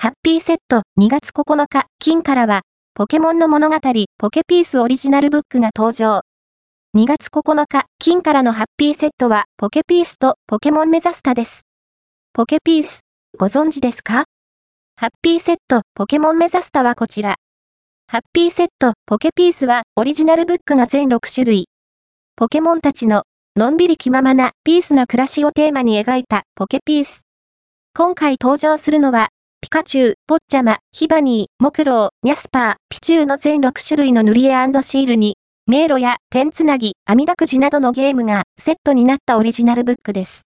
ハッピーセット2月9日金からは、ポケモンの物語ポケピースオリジナルブックが登場。2月9日金からのハッピーセットはポケピースとポケモンメザスタです。ポケピース、ご存知ですか？ハッピーセットポケモンメザスタはこちら。ハッピーセットポケピースはオリジナルブックが全6種類。ポケモンたちののんびり気ままなピースな暮らしをテーマに描いたポケピース。今回登場するのは、ピカチュウ、ポッチャマ、ヒバニー、モクロウ、ニャスパー、ピチュウの全6種類の塗り絵&シールに、迷路や点つなぎ、網だくじなどのゲームがセットになったオリジナルブックです。